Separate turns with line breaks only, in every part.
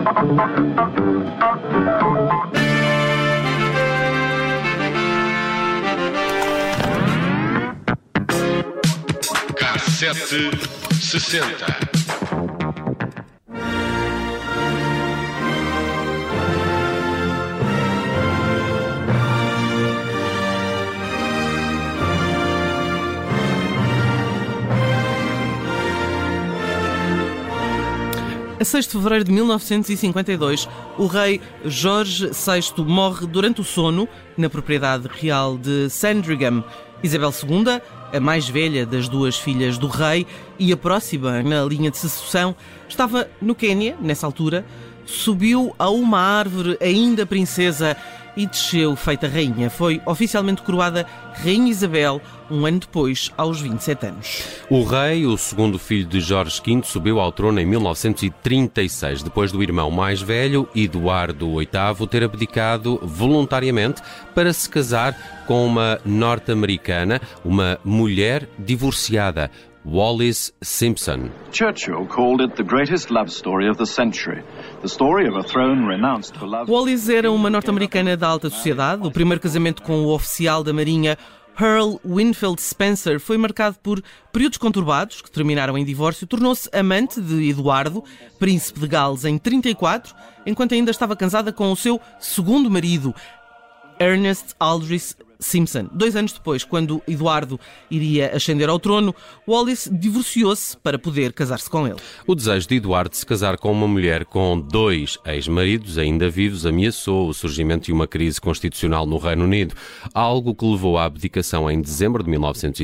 K760.
A 6 de fevereiro de 1952, o rei Jorge VI morre durante o sono na propriedade real de Sandringham. Isabel II, a mais velha das duas filhas do rei e a próxima na linha de sucessão, estava no Quénia, nessa altura, subiu a uma árvore ainda princesa e desceu feita rainha. Foi oficialmente coroada Rainha Isabel um ano depois, aos 27 anos.
O rei, o segundo filho de Jorge V, subiu ao trono em 1936, depois do irmão mais velho, Eduardo VIII, ter abdicado voluntariamente para se casar com uma norte-americana, uma mulher divorciada, Wallis Simpson.
Churchill called it the greatest love story of the century. The story of a throne renounced for love.
Wallis era uma norte-americana da alta sociedade. O primeiro casamento com o oficial da Marinha, Earl Winfield Spencer, foi marcado por períodos conturbados, que terminaram em divórcio. Tornou-se amante de Eduardo, príncipe de Gales, em 1934, enquanto ainda estava casada com o seu segundo marido, Ernest Aldrich Simpson. 2 anos depois, quando Eduardo iria ascender ao trono, Wallis divorciou-se para poder casar-se com ele.
O desejo de Eduardo de se casar com uma mulher com 2 ex-maridos ainda vivos ameaçou o surgimento de uma crise constitucional no Reino Unido, algo que levou à abdicação em dezembro de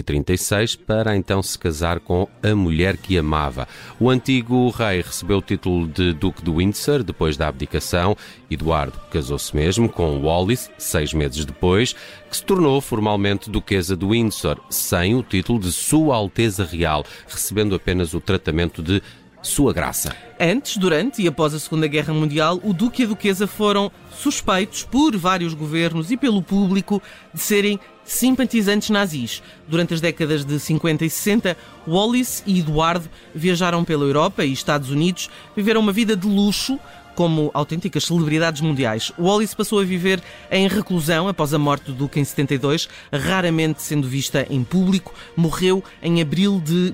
1936 para então se casar com a mulher que amava. O antigo rei recebeu o título de Duque de Windsor depois da abdicação. Eduardo casou-se mesmo com Wallis 6 meses depois, que se tornou formalmente Duquesa de Windsor, sem o título de Sua Alteza Real, recebendo apenas o tratamento de Sua Graça.
Antes, durante e após a Segunda Guerra Mundial, o Duque e a Duquesa foram suspeitos por vários governos e pelo público de serem simpatizantes nazis. Durante as décadas de 50 e 60, Wallis e Eduardo viajaram pela Europa e Estados Unidos, viveram uma vida de luxo, como autênticas celebridades mundiais. Wallis passou a viver em reclusão após a morte do Duque em 72, raramente sendo vista em público. Morreu em abril de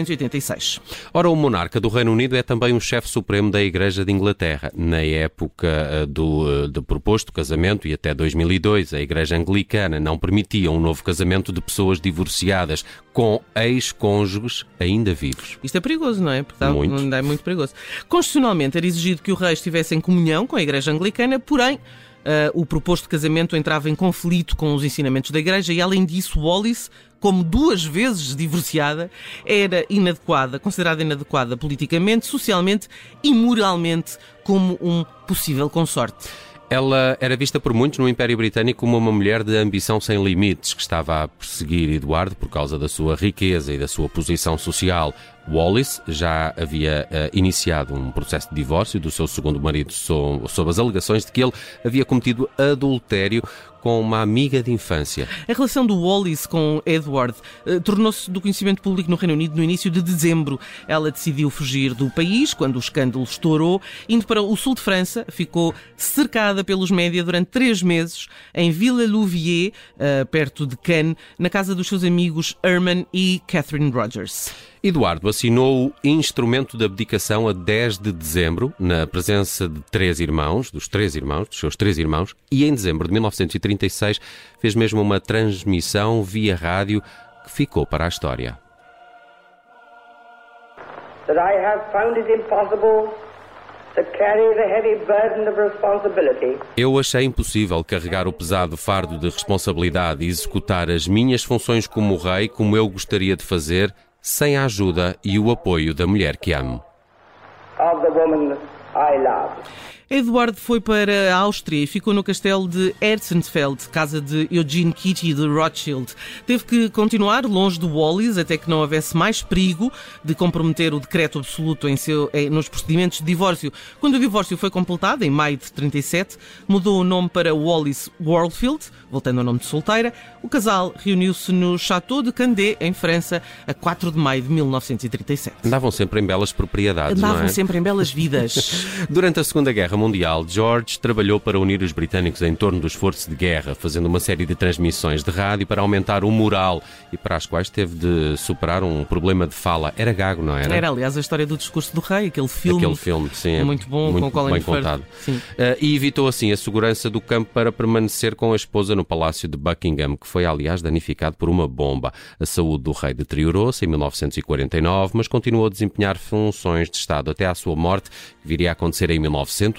1986.
Ora, o monarca do Reino Unido é também o chefe supremo da Igreja de Inglaterra. Na época do proposto casamento e até 2002, a Igreja Anglicana não permitia um novo casamento de pessoas divorciadas com ex-cônjuges ainda vivos.
Isto é perigoso, não é? Porque
Muito.
É muito perigoso. Constitucionalmente era exigido que o rei estivesse em comunhão com a Igreja Anglicana, porém o proposto casamento entrava em conflito com os ensinamentos da Igreja e, além disso, Wallis, como 2 vezes divorciada, era considerada inadequada politicamente, socialmente e moralmente como um possível consorte.
Ela era vista por muitos no Império Britânico como uma mulher de ambição sem limites, que estava a perseguir Eduardo por causa da sua riqueza e da sua posição social. Wallis já havia iniciado um processo de divórcio do seu segundo marido sob as alegações de que ele havia cometido adultério com uma amiga de infância.
A relação do Wallis com Edward tornou-se do conhecimento público no Reino Unido no início de dezembro. Ela decidiu fugir do país quando o escândalo estourou, indo para o sul de França. Ficou cercada pelos média durante 3 meses em Villa-Louviers, perto de Cannes, na casa dos seus amigos Herman e Catherine Rogers.
Eduardo assinou o instrumento de abdicação a 10 de dezembro, na presença de dos seus três irmãos, e em dezembro de 1936 fez mesmo uma transmissão via rádio que ficou para a história.
That I have found it impossible to carry the heavy burden of responsibility.
Eu achei impossível carregar o pesado fardo de responsabilidade e executar as minhas funções como rei como eu gostaria de fazer, sem a ajuda e o apoio da mulher que amo.
Of the woman I love.
Eduardo foi para a Áustria e ficou no castelo de Herzenfeld, casa de Eugene Kitty de Rothschild. Teve que continuar longe do Wallis até que não houvesse mais perigo de comprometer o decreto absoluto nos procedimentos de divórcio. Quando o divórcio foi completado, em maio de 37, mudou o nome para Wallis Worldfield, voltando ao nome de solteira. O casal reuniu-se no Château de Candé, em França, a 4 de maio de 1937.
Andavam sempre em belas propriedades,
Andavam
não é?
sempre em belas vidas.
Durante a Segunda Guerra Mundial, George trabalhou para unir os britânicos em torno do esforço de guerra, fazendo uma série de transmissões de rádio para aumentar o moral e para as quais teve de superar um problema de fala. Era gago, não era?
Era, aliás, a história do discurso do rei, aquele filme
sim,
muito bom,
muito
com Colin
bem
Firth.
contado.
Sim.
E evitou assim a segurança do campo para permanecer com a esposa no Palácio de Buckingham, que foi, aliás, danificado por uma bomba. A saúde do rei deteriorou-se em 1949, mas continuou a desempenhar funções de Estado até à sua morte, que viria a acontecer em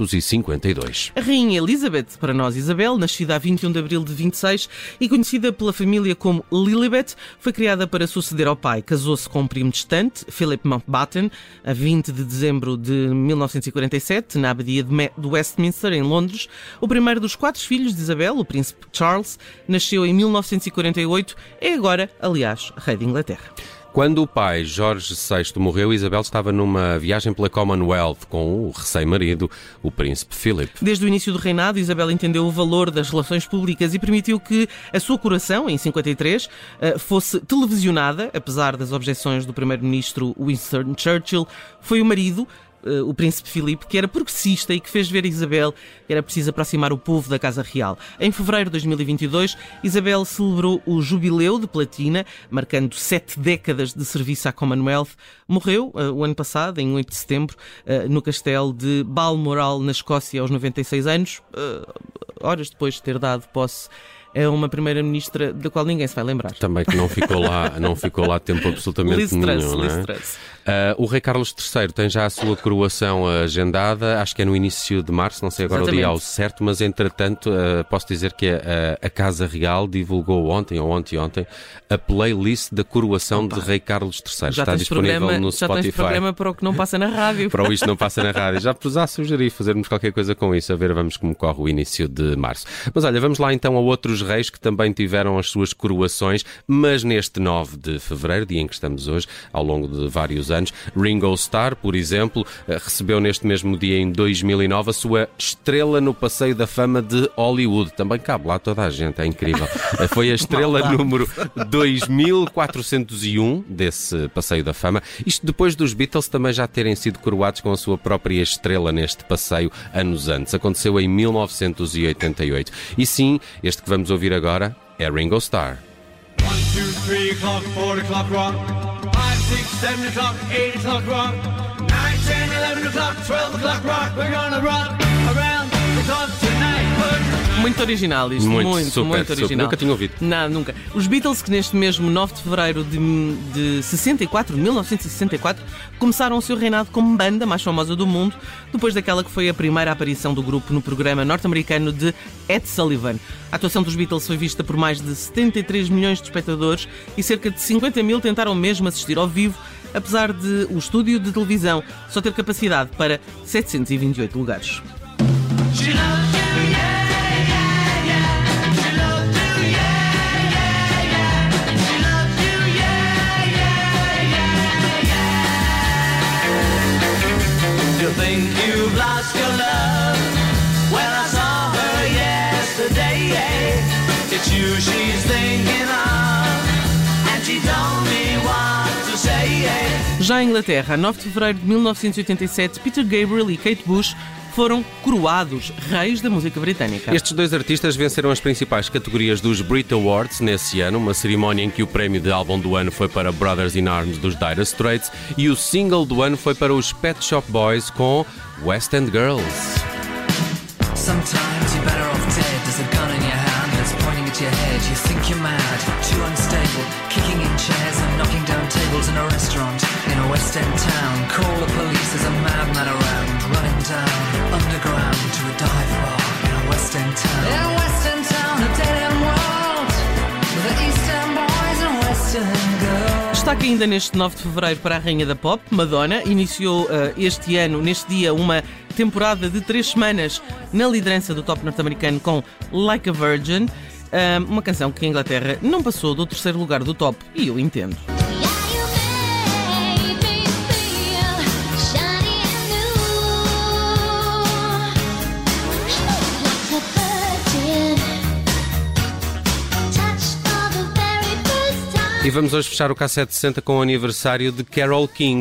1952.
A rainha Elizabeth, para nós Isabel, nascida a 21 de abril de 26 e conhecida pela família como Lilibet, foi criada para suceder ao pai. Casou-se com um primo distante, Philip Mountbatten, a 20 de dezembro de 1947, na abadia de Westminster, em Londres. O primeiro dos 4 filhos de Isabel, o príncipe Charles, nasceu em 1948, é agora, aliás, rei de Inglaterra.
Quando o pai, Jorge VI, morreu, Isabel estava numa viagem pela Commonwealth com o recém-marido, o príncipe Philip.
Desde o início do reinado, Isabel entendeu o valor das relações públicas e permitiu que a sua coroação, em 53, fosse televisionada, apesar das objeções do primeiro-ministro Winston Churchill. Foi o marido, o príncipe Filipe, que era progressista e que fez ver a Isabel que era preciso aproximar o povo da Casa Real. Em fevereiro de 2022, Isabel celebrou o jubileu de platina, marcando 7 décadas de serviço à Commonwealth. Morreu o ano passado, em 8 de setembro, no castelo de Balmoral, na Escócia, aos 96 anos, horas depois de ter dado posse é uma primeira-ministra da qual ninguém se vai lembrar.
Também que não ficou lá tempo absolutamente nenhum, não é? O rei Carlos III tem já a sua coroação agendada, acho que é no início de março, não sei agora o dia ao certo, mas entretanto posso dizer que a Casa Real divulgou ontem a playlist da coroação de rei Carlos III.
Já
está disponível no Spotify.
Já tens programa para o que não passa na rádio.
Para o Isto Não Passa na Rádio. Já sugeri fazermos qualquer coisa com isso, a ver, vamos como corre o início de março. Mas olha, vamos lá então a outros reis que também tiveram as suas coroações, mas neste 9 de fevereiro, dia em que estamos hoje, ao longo de vários anos. Ringo Starr, por exemplo, recebeu neste mesmo dia, em 2009, a sua estrela no Passeio da Fama de Hollywood. Também cabe lá toda a gente, é incrível. Foi a estrela número 2401 desse Passeio da Fama. Isto depois dos Beatles também já terem sido coroados com a sua própria estrela neste passeio anos antes. Aconteceu em 1988. E sim, este que vamos ouvir agora é Ringo Starr.
1, 2, 3 o'clock, 4 o'clock rock, 5, 6, 7 o'clock, 8 o'clock rock, 9, 10, 11 o'clock, 12 o'clock rock, we're gonna rock around the clock tonight.
Muito original isto, muito original.
Nunca tinha ouvido.
Não, nunca. Os Beatles, que neste mesmo 9 de fevereiro de 1964, começaram o seu reinado como banda mais famosa do mundo, depois daquela que foi a primeira aparição do grupo no programa norte-americano de Ed Sullivan. A atuação dos Beatles foi vista por mais de 73 milhões de espectadores e cerca de 50 mil tentaram mesmo assistir ao vivo, apesar de o estúdio de televisão só ter capacidade para 728 lugares.
Think you've lost your love? Well, I saw her yesterday. It's you she's thinking of, and she told me what to say.
Já em Inglaterra, a 9 de fevereiro de 1987, Peter Gabriel e Kate Bush foram coroados reis da música britânica.
Estes dois artistas venceram as principais categorias dos Brit Awards nesse ano, uma cerimónia em que o prémio de álbum do ano foi para Brothers in Arms dos Dire Straits e o single do ano foi para os Pet Shop Boys com West End Girls.
Sometimes you're better off dead. There's a gun in your hand that's pointing at your head. You think you're mad, too unstable, kicking in chairs and knocking down tables in a restaurant in a West End town. Call the police, there's a madman around, running down underground to a dive bar in a West End town. In a West End town, a dead end world, with the East End boys and West End girls.
Destaque ainda neste 9 de fevereiro para a rainha da pop, Madonna. Iniciou neste dia, uma temporada de 3 semanas na liderança do top norte-americano com Like a Virgin, uma canção que a Inglaterra não passou do 3º lugar do top, e eu entendo.
E vamos hoje fechar o K760 com o aniversário de Carole King.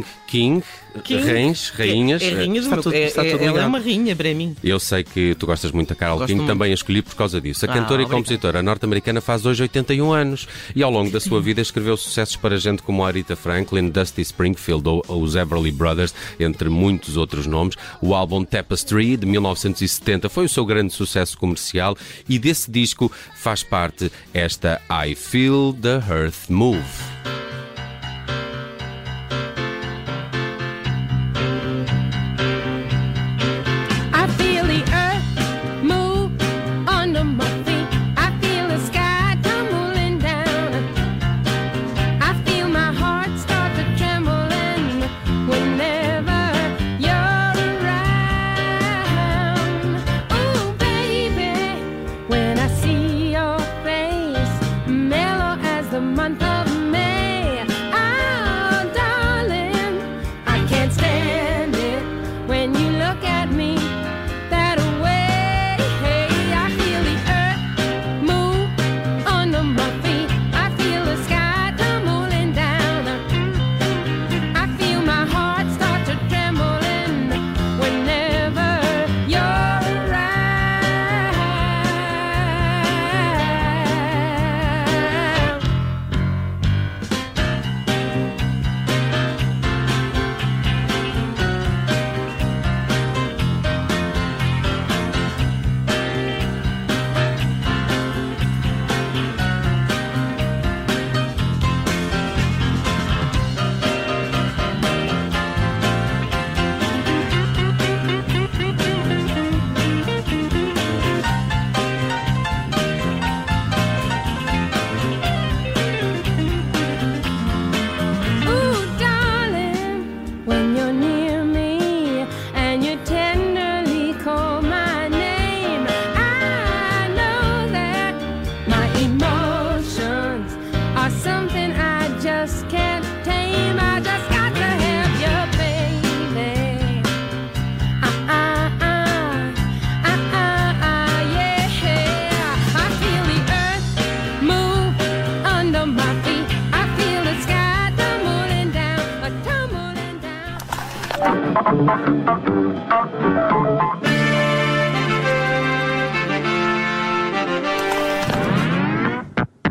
Reins, rainhas.
É rainha do meu. Ela é uma rainha para mim.
Eu sei que tu gostas muito da Carole King,
muito.
também a escolhi por causa disso. A cantora e compositora norte-americana faz hoje 81 anos e ao longo da sua vida escreveu sucessos para gente como Aretha Franklin, Dusty Springfield ou os Everly Brothers, entre muitos outros nomes. O álbum Tapestry, de 1970, foi o seu grande sucesso comercial e desse disco faz parte esta I Feel the Earth Move.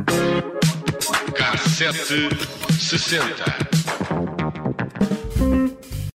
K760.